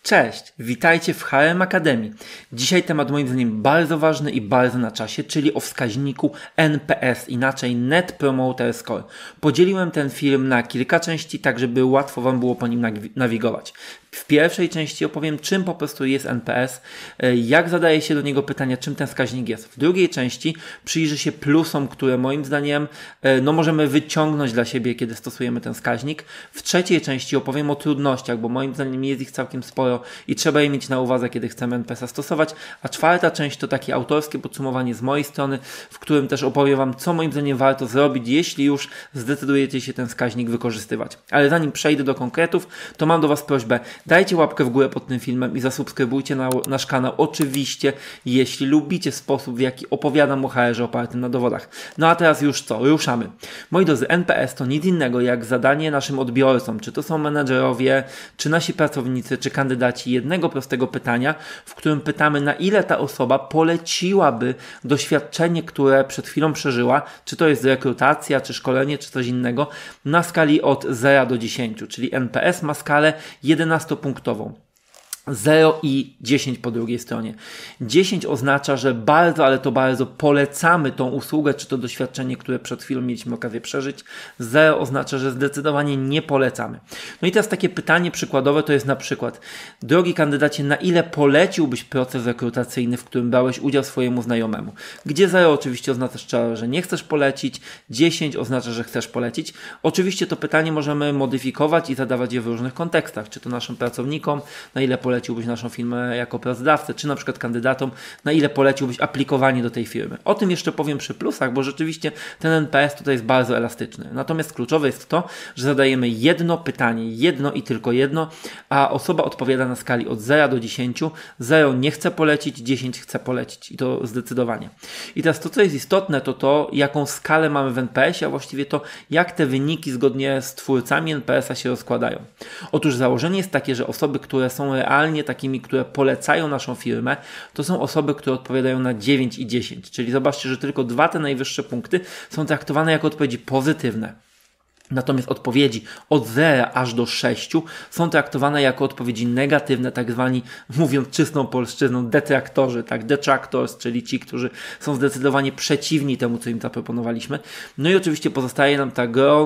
Cześć, witajcie w HM Akademii. Dzisiaj temat moim zdaniem bardzo ważny i bardzo na czasie, czyli o wskaźniku NPS, inaczej Net Promoter Score. Podzieliłem ten film na kilka części, tak żeby łatwo Wam było po nim nawigować. W pierwszej części opowiem, czym po prostu jest NPS, jak zadaje się do niego pytania, czym ten wskaźnik jest. W drugiej części przyjrzy się plusom, które moim zdaniem możemy wyciągnąć dla siebie, kiedy stosujemy ten wskaźnik. W trzeciej części opowiem o trudnościach, bo moim zdaniem jest ich całkiem sporo i trzeba je mieć na uwadze, kiedy chcemy NPS-a stosować. A czwarta część to takie autorskie podsumowanie z mojej strony, w którym też opowiem Wam, co moim zdaniem warto zrobić, jeśli już zdecydujecie się ten wskaźnik wykorzystywać. Ale zanim przejdę do konkretów, to mam do Was prośbę. Dajcie łapkę w górę pod tym filmem i zasubskrybujcie nasz kanał. Oczywiście, jeśli lubicie sposób, w jaki opowiadam o HR-ze opartym na dowodach. No a teraz już co? Ruszamy. Moi drodzy, NPS to nic innego jak zadanie naszym odbiorcom, czy to są menedżerowie, czy nasi pracownicy, czy kandydaci, jednego prostego pytania, w którym pytamy, na ile ta osoba poleciłaby doświadczenie, które przed chwilą przeżyła, czy to jest rekrutacja, czy szkolenie, czy coś innego, na skali od 0 do 10, czyli NPS ma skalę 11-punktową. 0 i 10 po drugiej stronie. 10 oznacza, że bardzo, ale to bardzo polecamy tą usługę, czy to doświadczenie, które przed chwilą mieliśmy okazję przeżyć. 0 oznacza, że zdecydowanie nie polecamy. No i teraz takie pytanie przykładowe to jest na przykład: drogi kandydacie, na ile poleciłbyś proces rekrutacyjny, w którym brałeś udział swojemu znajomemu? Gdzie 0 oczywiście oznacza, że nie chcesz polecić, 10 oznacza, że chcesz polecić. Oczywiście to pytanie możemy modyfikować i zadawać je w różnych kontekstach, czy to naszym pracownikom, na ile poleciłbyś naszą firmę jako pracodawcę, czy na przykład kandydatom, na ile poleciłbyś aplikowanie do tej firmy. O tym jeszcze powiem przy plusach, bo rzeczywiście ten NPS tutaj jest bardzo elastyczny. Natomiast kluczowe jest to, że zadajemy jedno pytanie, jedno i tylko jedno, a osoba odpowiada na skali od 0 do 10. 0 nie chce polecić, 10 chce polecić i to zdecydowanie. I teraz to, co jest istotne, to jaką skalę mamy w NPS-ie, a właściwie to, jak te wyniki zgodnie z twórcami NPS-a się rozkładają. Otóż założenie jest takie, że osoby, które są realnie takimi, które polecają naszą firmę, to są osoby, które odpowiadają na 9 i 10. Czyli zobaczcie, że tylko 2 te najwyższe punkty są traktowane jako odpowiedzi pozytywne. Natomiast odpowiedzi od 0 aż do 6 są traktowane jako odpowiedzi negatywne, tak zwani, mówiąc czystą polszczyzną, detraktorzy, tak, detractors, czyli ci, którzy są zdecydowanie przeciwni temu, co im zaproponowaliśmy. No i oczywiście pozostaje nam ta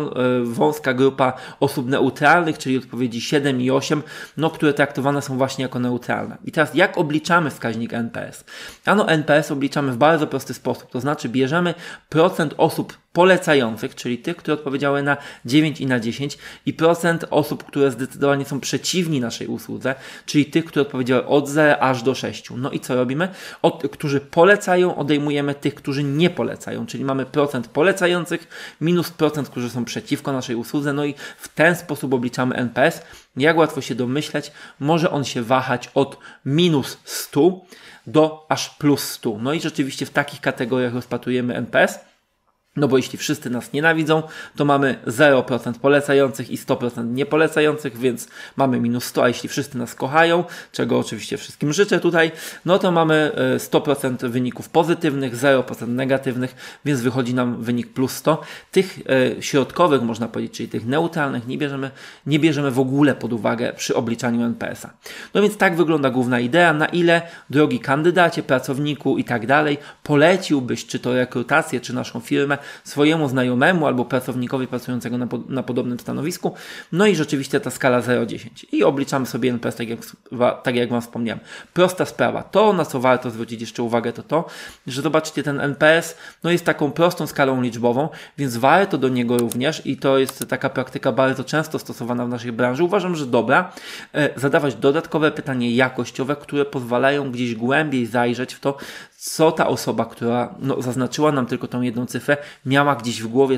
wąska grupa osób neutralnych, czyli odpowiedzi 7 i 8, które traktowane są właśnie jako neutralne. I teraz jak obliczamy wskaźnik NPS? Ano NPS obliczamy w bardzo prosty sposób, to znaczy bierzemy procent osób polecających, czyli tych, które odpowiedziały na 9 i na 10 i procent osób, które zdecydowanie są przeciwni naszej usłudze, czyli tych, które odpowiedziały od 0 aż do 6. No i co robimy? Którzy polecają, odejmujemy tych, którzy nie polecają, czyli mamy procent polecających minus procent, którzy są przeciwko naszej usłudze, no i w ten sposób obliczamy NPS. Jak łatwo się domyśleć, może on się wahać od minus 100 do aż plus 100. No i rzeczywiście w takich kategoriach rozpatrujemy NPS. No bo jeśli wszyscy nas nienawidzą, to mamy 0% polecających i 100% niepolecających, więc mamy minus 100, a jeśli wszyscy nas kochają, czego oczywiście wszystkim życzę tutaj, no to mamy 100% wyników pozytywnych, 0% negatywnych, więc wychodzi nam wynik plus 100. Tych środkowych, można powiedzieć, czyli tych neutralnych nie bierzemy w ogóle pod uwagę przy obliczaniu NPS-a. No więc tak wygląda główna idea, na ile, drogi kandydacie, pracowniku i tak dalej, poleciłbyś czy to rekrutację, czy naszą firmę swojemu znajomemu albo pracownikowi pracującego na podobnym stanowisku. No i rzeczywiście ta skala 0,10. I obliczamy sobie NPS, tak jak Wam wspomniałem. Prosta sprawa. To, na co warto zwrócić jeszcze uwagę, to, że zobaczcie, ten NPS jest taką prostą skalą liczbową, więc warto do niego również, i to jest taka praktyka bardzo często stosowana w naszej branży, uważam, że dobra, zadawać dodatkowe pytania jakościowe, które pozwalają gdzieś głębiej zajrzeć w to, co ta osoba, która zaznaczyła nam tylko tą jedną cyfrę, miała gdzieś w głowie,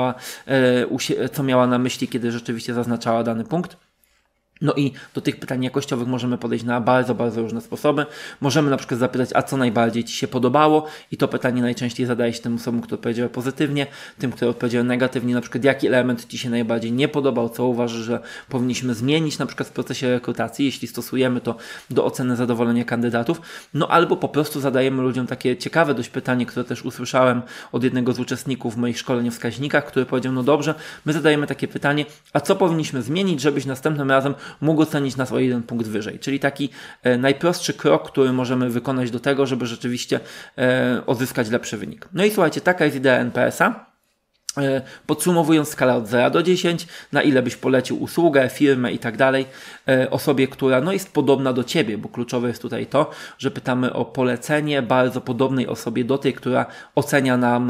co miała na myśli, kiedy rzeczywiście zaznaczała dany punkt. No i do tych pytań jakościowych możemy podejść na bardzo, bardzo różne sposoby. Możemy na przykład zapytać, a co najbardziej Ci się podobało, i to pytanie najczęściej zadaje się tym osobom, które odpowiedziały pozytywnie, tym, które odpowiedziały negatywnie, na przykład jaki element Ci się najbardziej nie podobał, co uważasz, że powinniśmy zmienić na przykład w procesie rekrutacji, jeśli stosujemy to do oceny zadowolenia kandydatów, albo po prostu zadajemy ludziom takie ciekawe dość pytanie, które też usłyszałem od jednego z uczestników moich szkoleń o wskaźnikach, który powiedział, no dobrze, my zadajemy takie pytanie, a co powinniśmy zmienić, żebyś następnym razem mógł ocenić nas o 1 punkt wyżej. Czyli taki najprostszy krok, który możemy wykonać do tego, żeby rzeczywiście odzyskać lepszy wynik. No i słuchajcie, taka jest idea NPS-a. Podsumowując skalę od 0 do 10, na ile byś polecił usługę, firmę i tak dalej osobie, która no, jest podobna do Ciebie, bo kluczowe jest tutaj to, że pytamy o polecenie bardzo podobnej osobie do tej, która ocenia nam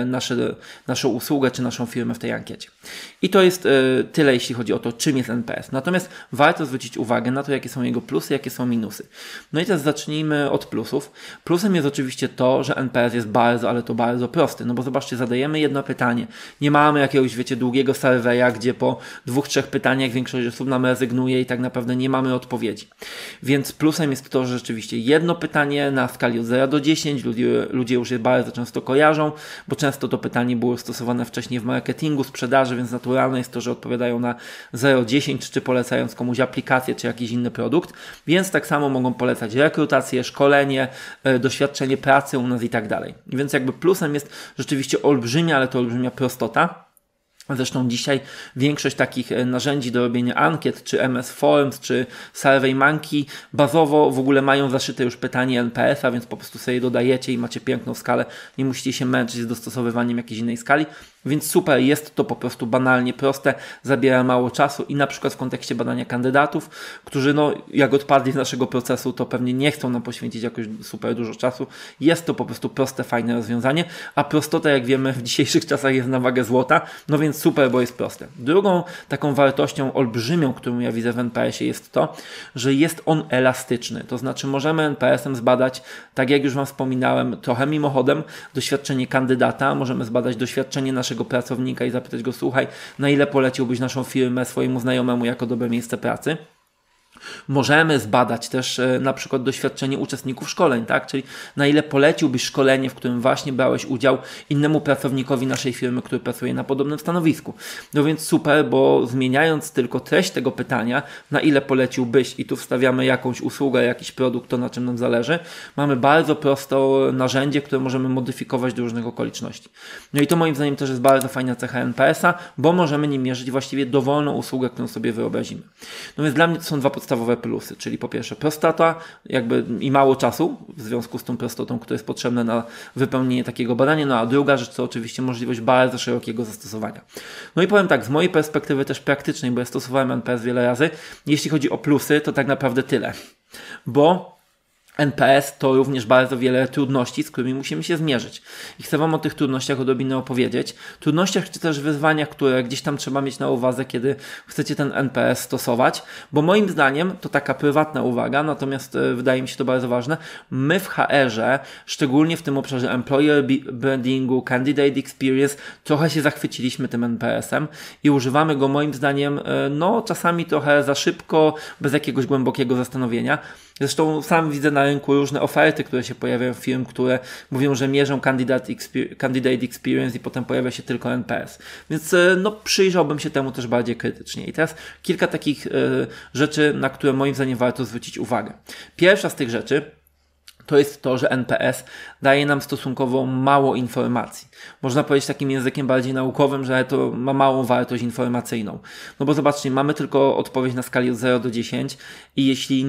naszą usługę czy naszą firmę w tej ankiecie. I to jest tyle, jeśli chodzi o to, czym jest NPS. Natomiast warto zwrócić uwagę na to, jakie są jego plusy, jakie są minusy. No i teraz zacznijmy od plusów. Plusem jest oczywiście to, że NPS jest bardzo, ale to bardzo prosty, no bo zobaczcie, zadajemy jedno pytanie. Nie mamy jakiegoś, wiecie, długiego surveya, gdzie po 2-3 pytaniach większość osób nam rezygnuje i tak naprawdę nie mamy odpowiedzi. Więc plusem jest to, że rzeczywiście jedno pytanie na skali od 0 do 10 ludzie już je bardzo często kojarzą, bo często to pytanie było stosowane wcześniej w marketingu, sprzedaży, więc naturalne jest to, że odpowiadają na 0-10, czy polecając komuś aplikację, czy jakiś inny produkt, więc tak samo mogą polecać rekrutację, szkolenie, doświadczenie pracy u nas i tak dalej. Więc jakby plusem jest rzeczywiście olbrzymia, ale to olbrzymia prostota. Zresztą dzisiaj większość takich narzędzi do robienia ankiet, czy MS Forms, czy SurveyMonkey bazowo w ogóle mają zaszyte już pytanie NPS-a, więc po prostu sobie je dodajecie i macie piękną skalę. Nie musicie się męczyć z dostosowywaniem jakiejś innej skali. Więc super, jest to po prostu banalnie proste, zabiera mało czasu i na przykład w kontekście badania kandydatów, którzy no jak odpadli z naszego procesu, to pewnie nie chcą nam poświęcić jakoś super dużo czasu. Jest to po prostu proste, fajne rozwiązanie, a prostota, jak wiemy, w dzisiejszych czasach jest na wagę złota, no więc super, bo jest proste. Drugą taką wartością olbrzymią, którą ja widzę w NPS-ie jest to, że jest on elastyczny, to znaczy możemy NPS-em zbadać, tak jak już Wam wspominałem, trochę mimochodem, doświadczenie kandydata, możemy zbadać doświadczenie naszego pracownika i zapytać go, słuchaj, na ile poleciłbyś naszą firmę swojemu znajomemu jako dobre miejsce pracy. Możemy zbadać też na przykład doświadczenie uczestników szkoleń, tak? Czyli na ile poleciłbyś szkolenie, w którym właśnie brałeś udział innemu pracownikowi naszej firmy, który pracuje na podobnym stanowisku. No więc super, bo zmieniając tylko treść tego pytania, na ile poleciłbyś i tu wstawiamy jakąś usługę, jakiś produkt, to na czym nam zależy, mamy bardzo proste narzędzie, które możemy modyfikować do różnych okoliczności. No i to moim zdaniem też jest bardzo fajna cecha NPS-a, bo możemy nim mierzyć właściwie dowolną usługę, którą sobie wyobrazimy. No więc dla mnie to są dwa podstawowe plusy, czyli po pierwsze prostota jakby i mało czasu w związku z tą prostotą, która jest potrzebna na wypełnienie takiego badania, no a druga rzecz to oczywiście możliwość bardzo szerokiego zastosowania. No i powiem tak, z mojej perspektywy też praktycznej, bo ja stosowałem NPS wiele razy, jeśli chodzi o plusy, to tak naprawdę tyle, bo NPS to również bardzo wiele trudności, z którymi musimy się zmierzyć. I chcę Wam o tych trudnościach odrobinę opowiedzieć. Trudnościach czy też wyzwaniach, które gdzieś tam trzeba mieć na uwadze, kiedy chcecie ten NPS stosować, bo moim zdaniem, to taka prywatna uwaga, natomiast wydaje mi się to bardzo ważne, my w HR-ze, szczególnie w tym obszarze employer brandingu, candidate experience, trochę się zachwyciliśmy tym NPS-em i używamy go moim zdaniem, no czasami trochę za szybko, bez jakiegoś głębokiego zastanowienia. Zresztą sam widzę na rynku różne oferty, które się pojawiają firm, które mówią, że mierzą candidate experience i potem pojawia się tylko NPS. Więc no, przyjrzałbym się temu też bardziej krytycznie. I teraz kilka takich rzeczy, na które moim zdaniem warto zwrócić uwagę. Pierwsza z tych rzeczy to jest to, że NPS daje nam stosunkowo mało informacji. Można powiedzieć takim językiem bardziej naukowym, że to ma małą wartość informacyjną. No bo zobaczcie, mamy tylko odpowiedź na skali od 0 do 10 i jeśli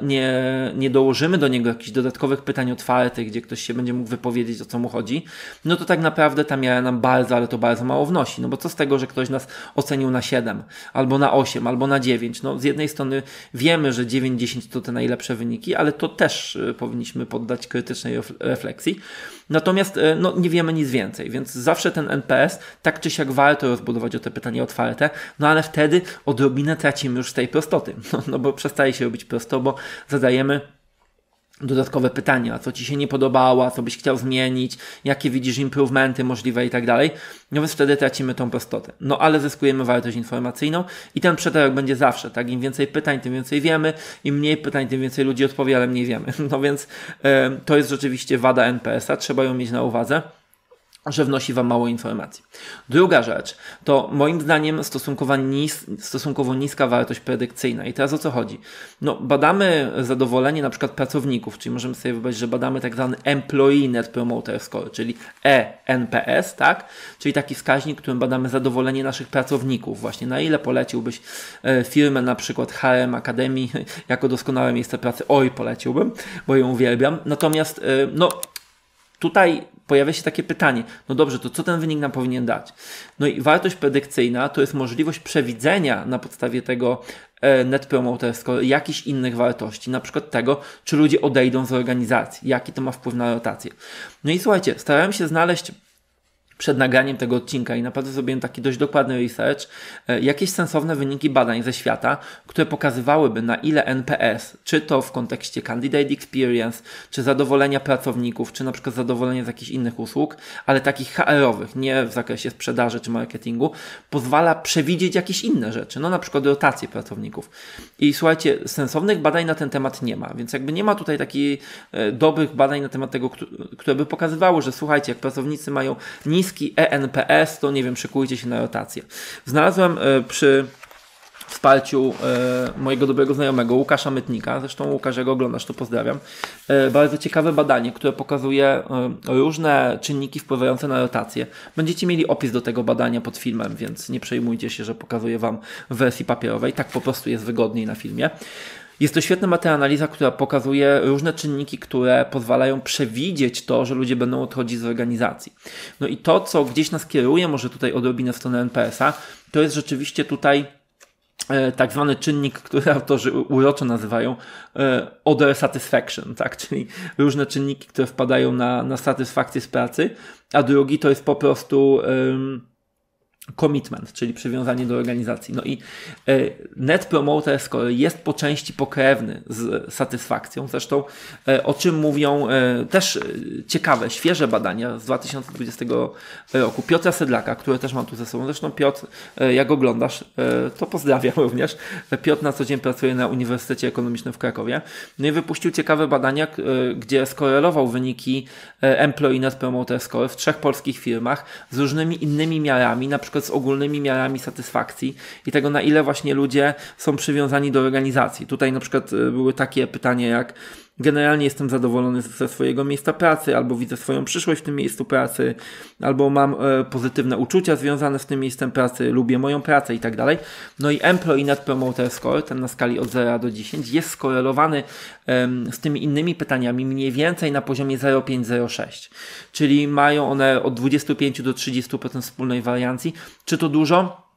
nie dołożymy do niego jakichś dodatkowych pytań otwartych, gdzie ktoś się będzie mógł wypowiedzieć, o co mu chodzi, no to tak naprawdę ta miara nam bardzo, ale to bardzo mało wnosi. No bo co z tego, że ktoś nas ocenił na 7, albo na 8, albo na 9. No z jednej strony wiemy, że 9-10 to te najlepsze wyniki, ale to też powinniśmy poddać krytycznej refleksji. Natomiast no, nie wiemy nic więcej, więc zawsze ten NPS tak czy siak warto rozbudować o te pytania otwarte, no ale wtedy odrobinę tracimy już z tej prostoty, no bo przestaje się robić prosto, bo zadajemy dodatkowe pytania, co Ci się nie podobało, co byś chciał zmienić, jakie widzisz improvementy możliwe i tak dalej, no więc wtedy tracimy tą prostotę. No ale zyskujemy wartość informacyjną i ten przetarg będzie zawsze, tak? Im więcej pytań, tym więcej wiemy, im mniej pytań, tym więcej ludzi odpowie, ale mniej wiemy. No więc to jest rzeczywiście wada NPS-a, trzeba ją mieć na uwadze. że wnosi Wam mało informacji. Druga rzecz to moim zdaniem stosunkowo niska wartość predykcyjna. I teraz o co chodzi? No, badamy zadowolenie na przykład pracowników, czyli możemy sobie wyobrazić, że badamy tak zwany Employee Net Promoter Score, czyli ENPS, tak? Czyli taki wskaźnik, którym badamy zadowolenie naszych pracowników. Właśnie na ile poleciłbyś firmę na przykład HRM Academy jako doskonałe miejsce pracy? Oj, poleciłbym, bo ją uwielbiam. Natomiast tutaj pojawia się takie pytanie, no dobrze, to co ten wynik nam powinien dać? No i wartość predykcyjna to jest możliwość przewidzenia na podstawie tego Net Promoter Score jakichś innych wartości, na przykład tego, czy ludzie odejdą z organizacji, jaki to ma wpływ na rotację. No i słuchajcie, starałem się znaleźć przed nagraniem tego odcinka i naprawdę zrobiłem taki dość dokładny research, jakieś sensowne wyniki badań ze świata, które pokazywałyby na ile NPS, czy to w kontekście Candidate Experience, czy zadowolenia pracowników, czy na przykład zadowolenia z jakichś innych usług, ale takich HR-owych, nie w zakresie sprzedaży czy marketingu, pozwala przewidzieć jakieś inne rzeczy, no na przykład rotację pracowników. I słuchajcie, sensownych badań na ten temat nie ma, więc jakby nie ma tutaj takich dobrych badań na temat tego, które by pokazywały, że słuchajcie, jak pracownicy mają niski ENPS, to nie wiem, szykujcie się na rotację. Znalazłem przy wsparciu mojego dobrego znajomego Łukasza Mytnika, zresztą Łukasz, jak oglądasz, to pozdrawiam, bardzo ciekawe badanie, które pokazuje różne czynniki wpływające na rotację. Będziecie mieli opis do tego badania pod filmem, więc nie przejmujcie się, że pokazuję Wam w wersji papierowej, tak po prostu jest wygodniej na filmie. Jest to świetna metaanaliza, która pokazuje różne czynniki, które pozwalają przewidzieć to, że ludzie będą odchodzić z organizacji. No i to, co gdzieś nas kieruje, może tutaj odrobinę w stronę NPS-a, to jest rzeczywiście tutaj tak zwany czynnik, który autorzy uroczo nazywają other satisfaction, tak? Czyli różne czynniki, które wpadają na satysfakcję z pracy, a drugi to jest po prostu commitment, czyli przywiązanie do organizacji. No i Net Promoter Score jest po części pokrewny z satysfakcją. Zresztą o czym mówią też ciekawe, świeże badania z 2020 roku Piotra Sedlaka, które też mam tu ze sobą. Zresztą Piotr, jak oglądasz, to pozdrawiam również. Piotr na co dzień pracuje na Uniwersytecie Ekonomicznym w Krakowie. No i wypuścił ciekawe badania, gdzie skorelował wyniki Employee Net Promoter Score w 3 polskich firmach z różnymi innymi miarami, na przykład z ogólnymi miarami satysfakcji i tego, na ile właśnie ludzie są przywiązani do organizacji. Tutaj na przykład były takie pytania jak: generalnie jestem zadowolony ze swojego miejsca pracy, albo widzę swoją przyszłość w tym miejscu pracy, albo mam pozytywne uczucia związane z tym miejscem pracy, lubię moją pracę i tak dalej. No i Employee Net Promoter Score, ten na skali od 0 do 10, jest skorelowany z tymi innymi pytaniami mniej więcej na poziomie 0,5-0,6. Czyli mają one od 25 do 30% wspólnej wariancji. Czy to dużo?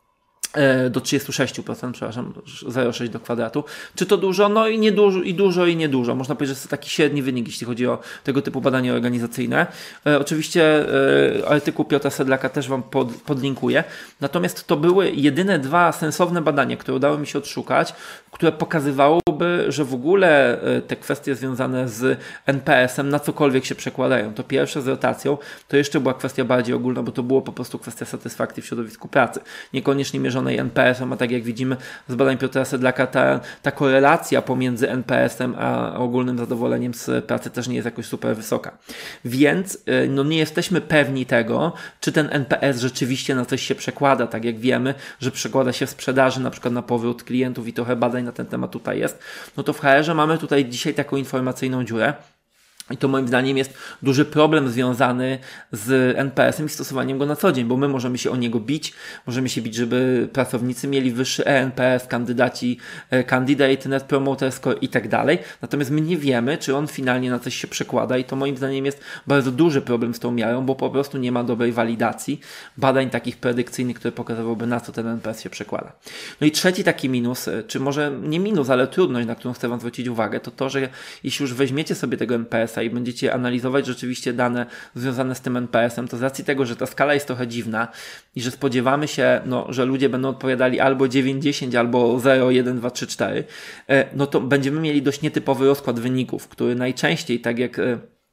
Do 36%, przepraszam, 0,6 do kwadratu. Czy to dużo? No i niedużo, i dużo, i niedużo. Można powiedzieć, że to taki średni wynik, jeśli chodzi o tego typu badania organizacyjne. Oczywiście artykuł Piotra Sedlaka też Wam podlinkuję. Natomiast to były jedyne 2 sensowne badania, które udało mi się odszukać, które pokazywałyby, że w ogóle te kwestie związane z NPS-em na cokolwiek się przekładają. To pierwsze z rotacją, to jeszcze była kwestia bardziej ogólna, bo to było po prostu kwestia satysfakcji w środowisku pracy. Niekoniecznie mierzonej NPS-em, a tak jak widzimy z badań Piotra Sedlaka, ta korelacja pomiędzy NPS-em a ogólnym zadowoleniem z pracy też nie jest jakoś super wysoka. Więc no nie jesteśmy pewni tego, czy ten NPS rzeczywiście na coś się przekłada, tak jak wiemy, że przekłada się w sprzedaży, na przykład na powrót klientów i trochę badań na ten temat tutaj jest. No to w HR-ze mamy tutaj dzisiaj taką informacyjną dziurę. I to moim zdaniem jest duży problem związany z NPS-em i stosowaniem go na co dzień, bo my możemy się o niego bić, możemy się bić, żeby pracownicy mieli wyższy ENPS, kandydaci, Candidate Net Promoter Score i tak dalej. Natomiast my nie wiemy, czy on finalnie na coś się przekłada i to moim zdaniem jest bardzo duży problem z tą miarą, bo po prostu nie ma dobrej walidacji badań takich predykcyjnych, które pokazywałyby, na co ten NPS się przekłada. No i trzeci taki minus, czy może nie minus, ale trudność, na którą chcę Wam zwrócić uwagę, to to, że jeśli już weźmiecie sobie tego NPS-a i będziecie analizować rzeczywiście dane związane z tym NPS-em, to z racji tego, że ta skala jest trochę dziwna i że spodziewamy się, że ludzie będą odpowiadali albo 9-10, albo 0, 1, 2, 3, 4, no to będziemy mieli dość nietypowy rozkład wyników, który najczęściej, tak jak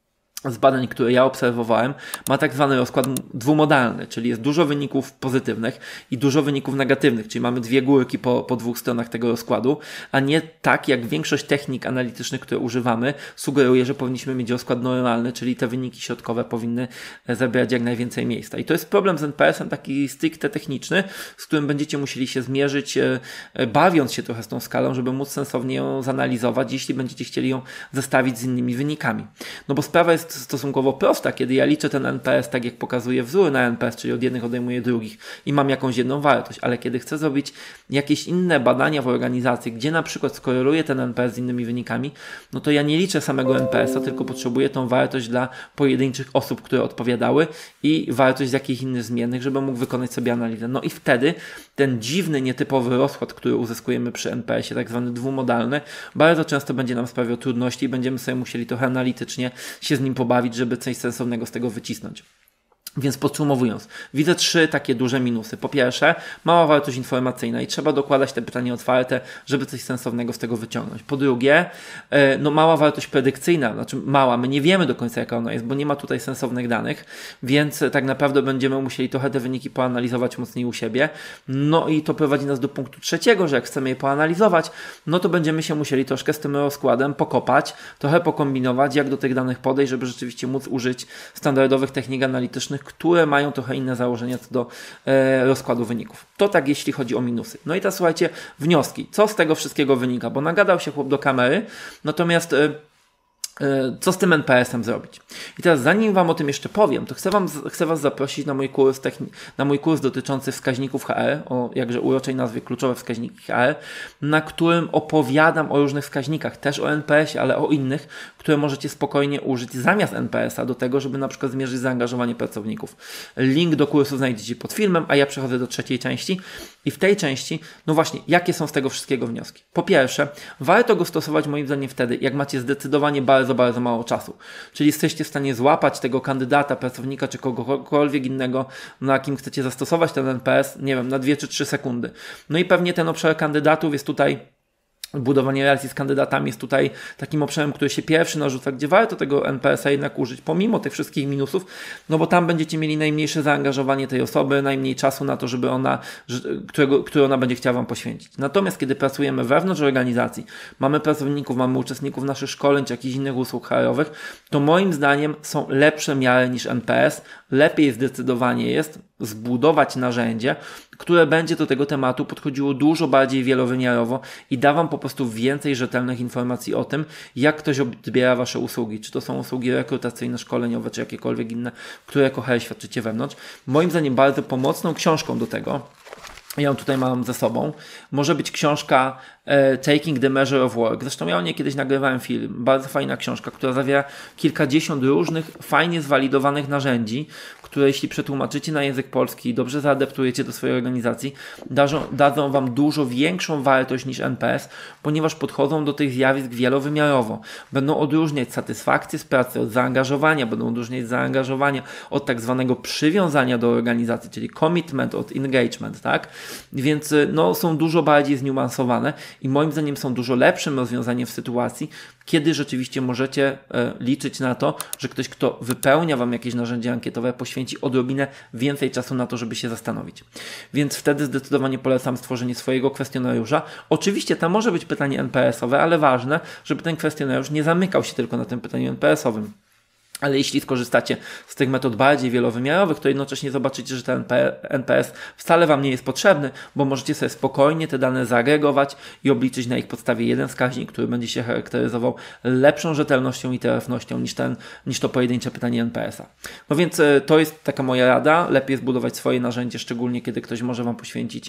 z badań, które ja obserwowałem, ma tak zwany rozkład dwumodalny, czyli jest dużo wyników pozytywnych i dużo wyników negatywnych, czyli mamy dwie górki po dwóch stronach tego rozkładu, a nie tak jak większość technik analitycznych, które używamy, sugeruje, że powinniśmy mieć rozkład normalny, czyli te wyniki środkowe powinny zabierać jak najwięcej miejsca. I to jest problem z NPS-em taki stricte techniczny, z którym będziecie musieli się zmierzyć, bawiąc się trochę z tą skalą, żeby móc sensownie ją zanalizować, jeśli będziecie chcieli ją zestawić z innymi wynikami. No bo sprawa jest stosunkowo prosta, kiedy ja liczę ten NPS tak jak pokazuje wzór na NPS, czyli od jednych odejmuję drugich i mam jakąś jedną wartość, ale kiedy chcę zrobić jakieś inne badania w organizacji, gdzie na przykład skoreluję ten NPS z innymi wynikami, no to ja nie liczę samego NPS-a, tylko potrzebuję tą wartość dla pojedynczych osób, które odpowiadały i wartość z jakichś innych zmiennych, żeby mógł wykonać sobie analizę. No i wtedy ten dziwny, nietypowy rozkład, który uzyskujemy przy NPS-ie, tak zwany dwumodalny, bardzo często będzie nam sprawiał trudności i będziemy sobie musieli trochę analitycznie się z nim pobawić, żeby coś sensownego z tego wycisnąć. Więc podsumowując, widzę 3 takie duże minusy. Po pierwsze, mała wartość informacyjna i trzeba dokładać te pytania otwarte, żeby coś sensownego z tego wyciągnąć. Po drugie, no mała wartość predykcyjna, znaczy mała, my nie wiemy do końca jaka ona jest, bo nie ma tutaj sensownych danych, więc tak naprawdę będziemy musieli trochę te wyniki poanalizować mocniej u siebie. No i to prowadzi nas do punktu trzeciego, że jak chcemy je poanalizować, no to będziemy się musieli troszkę z tym rozkładem pokopać, trochę pokombinować, jak do tych danych podejść, żeby rzeczywiście móc użyć standardowych technik analitycznych, które mają trochę inne założenia co do rozkładu wyników. To tak jeśli chodzi o minusy. No i teraz słuchajcie, wnioski. Co z tego wszystkiego wynika? Bo nagadał się chłop do kamery, natomiast co z tym NPS-em zrobić? I teraz zanim Wam o tym jeszcze powiem, to chcę Was zaprosić na mój kurs dotyczący wskaźników HR, o jakże uroczej nazwie kluczowe wskaźniki HR, na którym opowiadam o różnych wskaźnikach, też o NPS-ie, ale o innych, które możecie spokojnie użyć zamiast NPS-a do tego, żeby na przykład zmierzyć zaangażowanie pracowników. Link do kursu znajdziecie pod filmem, a ja przechodzę do trzeciej części i w tej części, no właśnie, jakie są z tego wszystkiego wnioski? Po pierwsze, warto go stosować moim zdaniem wtedy, jak macie zdecydowanie bardzo mało czasu. Czyli jesteście w stanie złapać tego kandydata, pracownika czy kogokolwiek innego, na kim chcecie zastosować ten NPS, nie wiem, na 2 czy 3 sekundy. No i pewnie ten obszar kandydatów jest tutaj, budowanie relacji z kandydatami jest tutaj takim obszarem, który się pierwszy narzuca, gdzie warto tego NPS-a jednak użyć, pomimo tych wszystkich minusów, no bo tam będziecie mieli najmniejsze zaangażowanie tej osoby, najmniej czasu na to, żeby który ona będzie chciała Wam poświęcić. Natomiast kiedy pracujemy wewnątrz organizacji, mamy pracowników, mamy uczestników naszych szkoleń czy jakichś innych usług HR-owych, to moim zdaniem są lepsze miary niż NPS. Lepiej zdecydowanie jest zbudować narzędzie, które będzie do tego tematu podchodziło dużo bardziej wielowymiarowo i da Wam po prostu więcej rzetelnych informacji o tym, jak ktoś odbiera Wasze usługi, czy to są usługi rekrutacyjne, szkoleniowe, czy jakiekolwiek inne, które jako HR świadczycie wewnątrz. Moim zdaniem bardzo pomocną książką do tego, ja ją tutaj mam ze sobą, może być książka Taking the Measure of Work. Zresztą ja o niej kiedyś nagrywałem film. Bardzo fajna książka, która zawiera kilkadziesiąt różnych, fajnie zwalidowanych narzędzi, które jeśli przetłumaczycie na język polski i dobrze zaadaptujecie do swojej organizacji, dadzą Wam dużo większą wartość niż NPS, ponieważ podchodzą do tych zjawisk wielowymiarowo. Będą odróżniać satysfakcję z pracy od zaangażowania, będą odróżniać zaangażowania od tak zwanego przywiązania do organizacji, czyli commitment od engagement, tak? Więc no, są dużo bardziej zniuansowane i moim zdaniem są dużo lepszym rozwiązaniem w sytuacji, kiedy rzeczywiście możecie liczyć na to, że ktoś, kto wypełnia Wam jakieś narzędzie ankietowe, poświęci odrobinę więcej czasu na to, żeby się zastanowić. Więc wtedy zdecydowanie polecam stworzenie swojego kwestionariusza. Oczywiście tam może być pytanie NPS-owe, ale ważne, żeby ten kwestionariusz nie zamykał się tylko na tym pytaniu NPS-owym. Ale jeśli skorzystacie z tych metod bardziej wielowymiarowych, to jednocześnie zobaczycie, że ten NPS wcale Wam nie jest potrzebny, bo możecie sobie spokojnie te dane zagregować i obliczyć na ich podstawie jeden wskaźnik, który będzie się charakteryzował lepszą rzetelnością i trafnością niż to pojedyncze pytanie NPS-a. No więc to jest taka moja rada. Lepiej zbudować swoje narzędzie, szczególnie kiedy ktoś może Wam poświęcić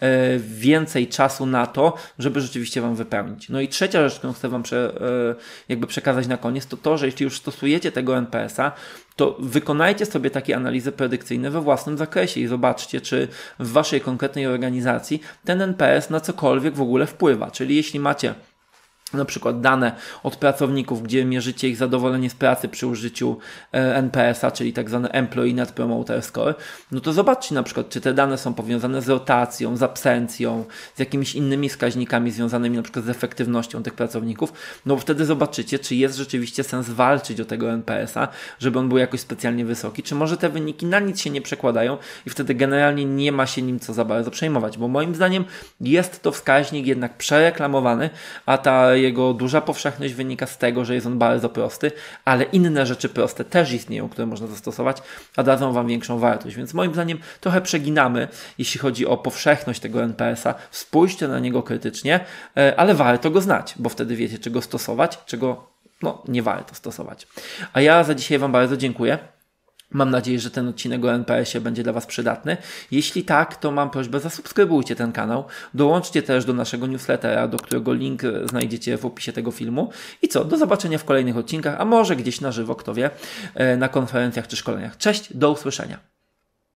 więcej czasu na to, żeby rzeczywiście Wam wypełnić. No i trzecia rzecz, którą chcę Wam przekazać na koniec, to to, że jeśli już stosujecie tego NPS-a, to wykonajcie sobie takie analizy predykcyjne we własnym zakresie i zobaczcie, czy w Waszej konkretnej organizacji ten NPS na cokolwiek w ogóle wpływa. Czyli jeśli macie na przykład dane od pracowników, gdzie mierzycie ich zadowolenie z pracy przy użyciu NPS-a, czyli tak zwany Employee Net Promoter Score, no to zobaczcie na przykład, czy te dane są powiązane z rotacją, z absencją, z jakimiś innymi wskaźnikami związanymi na przykład z efektywnością tych pracowników, no bo wtedy zobaczycie, czy jest rzeczywiście sens walczyć o tego NPS-a, żeby on był jakoś specjalnie wysoki, czy może te wyniki na nic się nie przekładają i wtedy generalnie nie ma się nim co za bardzo przejmować, bo moim zdaniem jest to wskaźnik jednak przereklamowany, a ta jego duża powszechność wynika z tego, że jest on bardzo prosty, ale inne rzeczy proste też istnieją, które można zastosować, a dadzą Wam większą wartość. Więc moim zdaniem trochę przeginamy, jeśli chodzi o powszechność tego NPS-a. Spójrzcie na niego krytycznie, ale warto go znać, bo wtedy wiecie, czego stosować, czego nie warto stosować. A ja za dzisiaj Wam bardzo dziękuję. Mam nadzieję, że ten odcinek o NPS-ie będzie dla Was przydatny. Jeśli tak, to mam prośbę, zasubskrybujcie ten kanał. Dołączcie też do naszego newslettera, do którego link znajdziecie w opisie tego filmu. I co? Do zobaczenia w kolejnych odcinkach, a może gdzieś na żywo, kto wie, na konferencjach czy szkoleniach. Cześć, do usłyszenia.